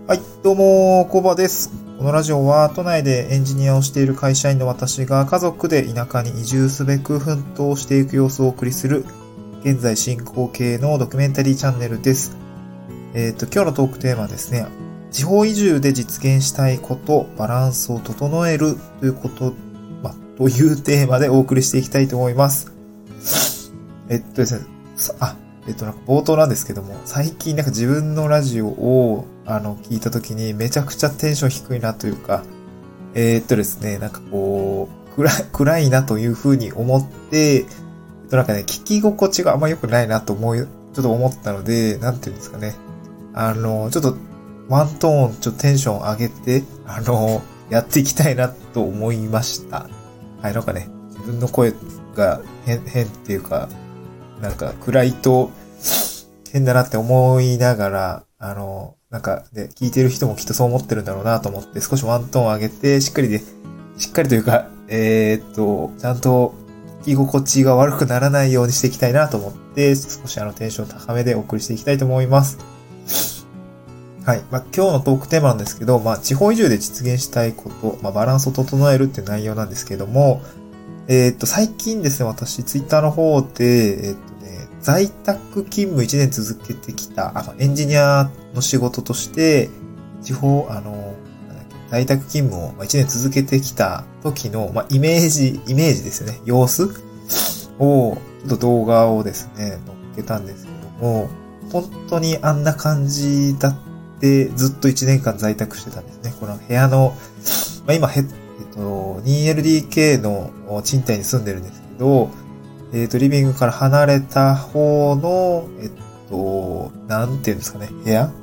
はい、どうも、コバです。このラジオは都内でエンジニアをしている会社員の私が家族で田舎に移住すべく奮闘していく様子をお送りする現在進行形のドキュメンタリーチャンネルです。今日のトークテーマはですね、地方移住で実現したいこと、バランスを整えるということ、というテーマでお送りしていきたいと思います。ですね、冒頭なんですけども、最近自分のラジオを、聞いたときにめちゃくちゃテンション低いなというか、ですね、暗いなというふうに思って、聞き心地があんま良くないなとちょっと思ったので、なんていうんですかね。ちょっと、ワントーン、ちょっとテンション上げて、やっていきたいなと思いました。はい、自分の声が変っていうか、暗いと変だなって思いながら、聞いてる人もきっとそう思ってるんだろうなと思って、少しワントーン上げて、しっかりというか、ちゃんと聞き心地が悪くならないようにしていきたいなと思って、少しテンション高めでお送りしていきたいと思います。はい。今日のトークテーマなんですけど、地方移住で実現したいこと、バランスを整えるっていう内容なんですけども、最近ですね、私、ツイッターの方で、在宅勤務1年続けてきた、エンジニアの仕事として、在宅勤務を1年続けてきた時の、イメージですよね、様子を、ちょっと動画をですね、載っけたんですけども、本当にあんな感じだってずっと1年間在宅してたんですね。この部屋の、今、2LDK の賃貸に住んでるんですけど、リビングから離れた方の、なんていうんですかね、部屋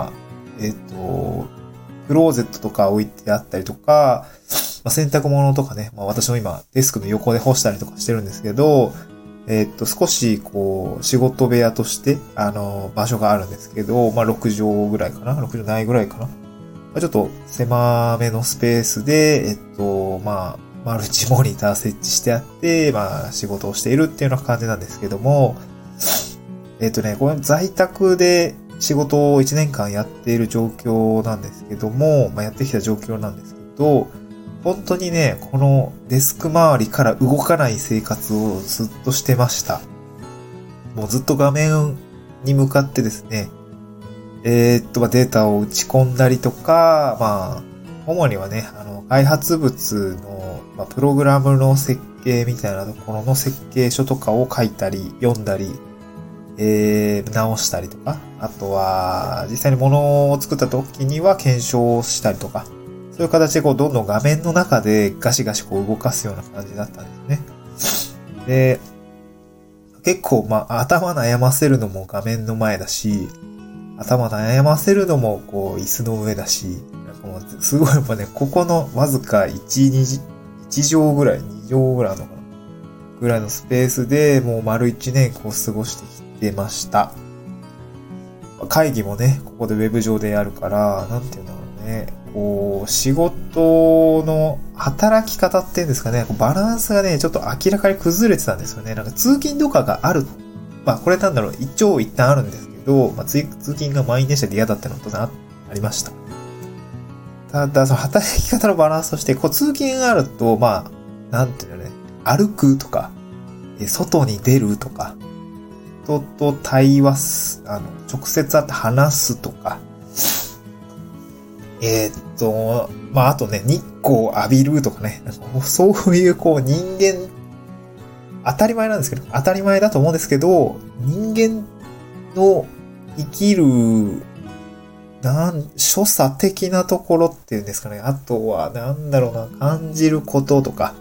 クローゼットとか置いてあったりとか、洗濯物とかね、私も今デスクの横で干したりとかしてるんですけど、少し仕事部屋として、場所があるんですけど、6畳ぐらいかな ?6 畳ないぐらいかなちょっと狭めのスペースで、マルチモニター設置してあって、仕事をしているっていうような感じなんですけども、これ在宅で仕事を1年間やっている状況なんですけども、やってきた状況なんですけど、本当にね、このデスク周りから動かない生活をずっとしてました。もうずっと画面に向かってですね、データを打ち込んだりとか、主にはね、開発物の、プログラムの設計みたいなところの設計書とかを書いたり、読んだり、直したりとか、あとは、実際に物を作った時には検証したりとか、そういう形でどんどん画面の中でガシガシ動かすような感じだったんですね。で、結構、頭悩ませるのも画面の前だし、頭悩ませるのも椅子の上だし、すごいやっぱね、ここのわずか1畳ぐらい、2畳ぐらいあるのかなぐらいのスペースでもう丸1年過ごしてきてました。会議もね、ここでウェブ上でやるから、なんていうんだろうね、仕事の働き方っていうんですかね、バランスがね、ちょっと明らかに崩れてたんですよね。通勤とかがある。これ一旦あるんですけど、通勤が満員電車で嫌だったのとありました。ただ、その働き方のバランスとして、通勤があると、なんていうのね、歩くとか、外に出るとか、人と対話直接会って話すとか、あとね、日光を浴びるとかね、そういう人間、当たり前なんですけど、当たり前だと思うんですけど、人間の生きる、所作的なところっていうんですかね。あとは、感じることとか、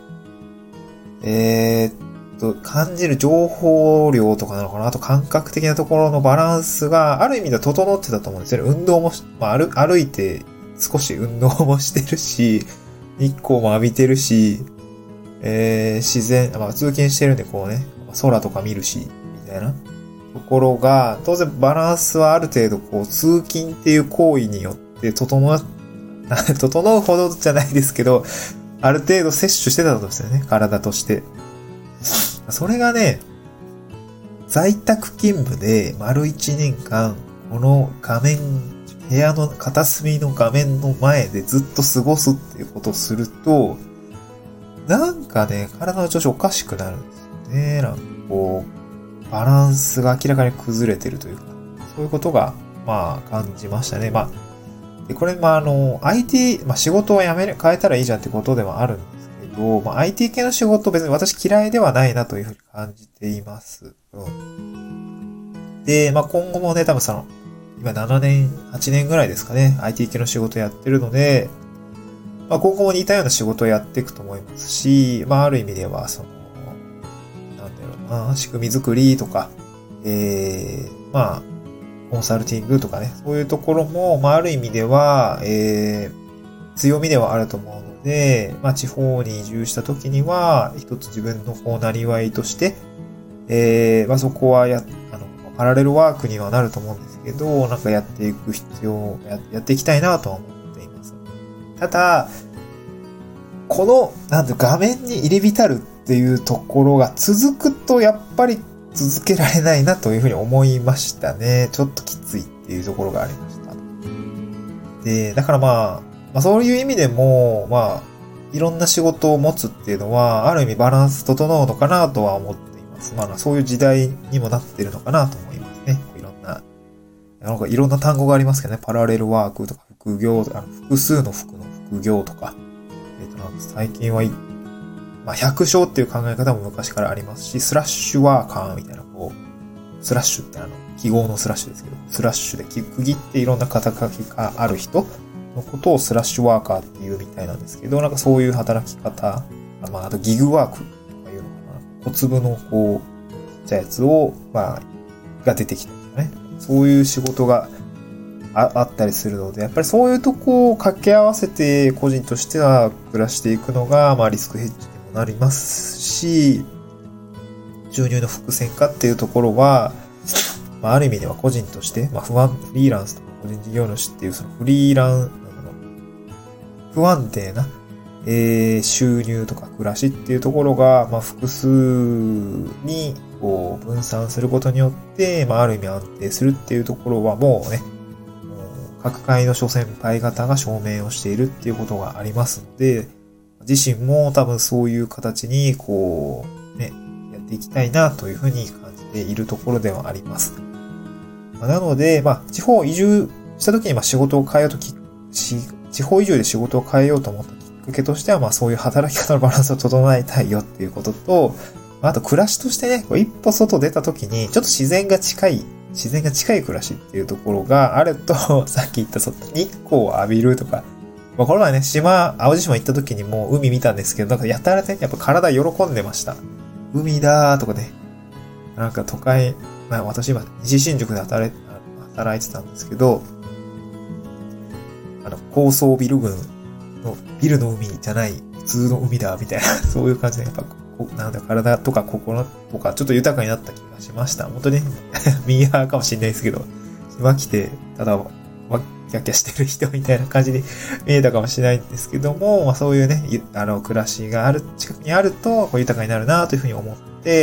感じる情報量とかなのかな。あと感覚的なところのバランスがある意味で整ってたと思うんですよね。運動も、歩いて少し運動もしてるし、日光も浴びてるし、自然、通勤してるんで空とか見るし、みたいなところが、当然バランスはある程度通勤っていう行為によって整うほどじゃないですけど、ある程度摂取してたんですよね、体として。それがね、在宅勤務で丸1年間、この画面部屋の片隅の画面の前でずっと過ごすっていうことをすると、なんかね、体の調子おかしくなるんですよね。なんかこう、バランスが明らかに崩れてるというか、そういうことが、まあ、感じましたね。まあ、で、これ、IT、仕事を変えたらいいじゃんってことではあるんですけど、IT 系の仕事別に私嫌いではないなというふうに感じています。で、今後もね、多分今7年、8年ぐらいですかね、IT 系の仕事やってるので、今後も似たような仕事をやっていくと思いますし、ある意味では、仕組み作りとか、コンサルティングとかね、そういうところも、ある意味では、強みではあると思うので、地方に移住した時には、一つ自分のなりわいとして、そこはパラレルワークにはなると思うんですけど、なんかやっていくやっていきたいなとは思っています。ただ、この、画面に入り浸るっていうところが続くと、やっぱり続けられないなというふうに思いましたね。ちょっときついっていうところがありました。で、だからそういう意味でも、いろんな仕事を持つっていうのは、ある意味バランス整うのかなとは思っています。そういう時代にもなっているのかなと思いますね。いろんな単語がありますけどね。パラレルワークとか副業、複数の副の副業とか。最近は、百姓っていう考え方も昔からありますし、スラッシュワーカーみたいな、スラッシュって記号のスラッシュですけど、スラッシュで区切っていろんな肩書きがある人のことをスラッシュワーカーっていうみたいなんですけど、なんかそういう働き方、あとギグワークとかいうのかな、小粒のちっちゃいやつを、が出てきたんですかね。そういう仕事があったりするので、やっぱりそういうとこを掛け合わせて個人としては暮らしていくのが、リスクヘッジにもなりますし、収入の伏線化っていうところは、ある意味では個人として、フリーランスとか個人事業主っていうその不安定な、収入とか暮らしっていうところが、複数に分散することによって、ある意味安定するっていうところはもうね、各界の諸先輩方が証明をしているっていうことがありますので、自身も多分そういう形にやっていきたいなというふうに感じているところではあります。なので、地方移住した時に仕事を変えようと地方移住で仕事を変えようと思ったきっかけとしては、そういう働き方のバランスを整えたいよっていうことと、あと暮らしとしてね、一歩外出た時に、ちょっと自然が近い暮らしっていうところがあると、さっき言った日光を浴びるとか、この前ね、淡路島行った時にも海見たんですけど、なんかやたらね、やっぱ体喜んでました。海だーとかね、なんか都会、私今、西新宿で働いてたんですけど、高層ビル群のビルの海じゃない普通の海だみたいな、そういう感じでやっぱ体とか心とかちょっと豊かになった気がしました。本当にミーハーかもしれないですけど、島来てただキャッキャしてる人みたいな感じに見えたかもしれないんですけども、そういうね、暮らしが近くにあると豊かになるなというふうに思って、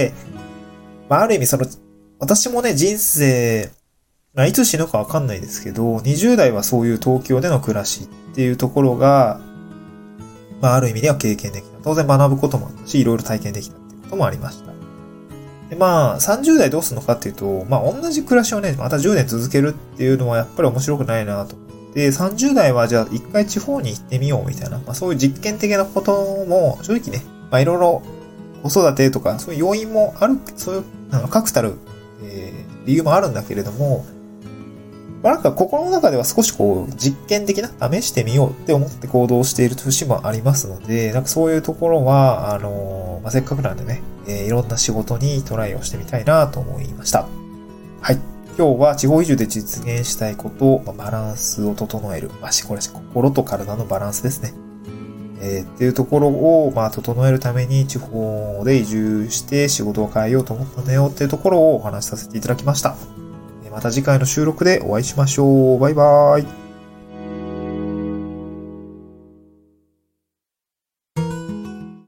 ある意味私もね、人生いつ死ぬかわかんないですけど、20代はそういう東京での暮らしっていうところが、ある意味では経験できた。当然学ぶこともあったし、いろいろ体験できたっていうこともありました。で、30代どうするのかっていうと、同じ暮らしをね、また10年続けるっていうのはやっぱり面白くないなと思って、30代はじゃあ一回地方に行ってみようみたいな、そういう実験的なことも正直ね、いろいろ子育てとか、そういう要因もある、そういう、確たる、理由もあるんだけれども、なんか心の中では少し実験的な試してみようって思って行動している節もありますので、なんかそういうところは、せっかくなんでね、いろんな仕事にトライをしてみたいなと思いました。はい。今日は地方移住で実現したいこと、バランスを整える。心と体のバランスですね。っていうところを、整えるために地方で移住して仕事を変えようと思ったんだよっていうところをお話しさせていただきました。また次回の収録でお会いしましょう。バイバーイ。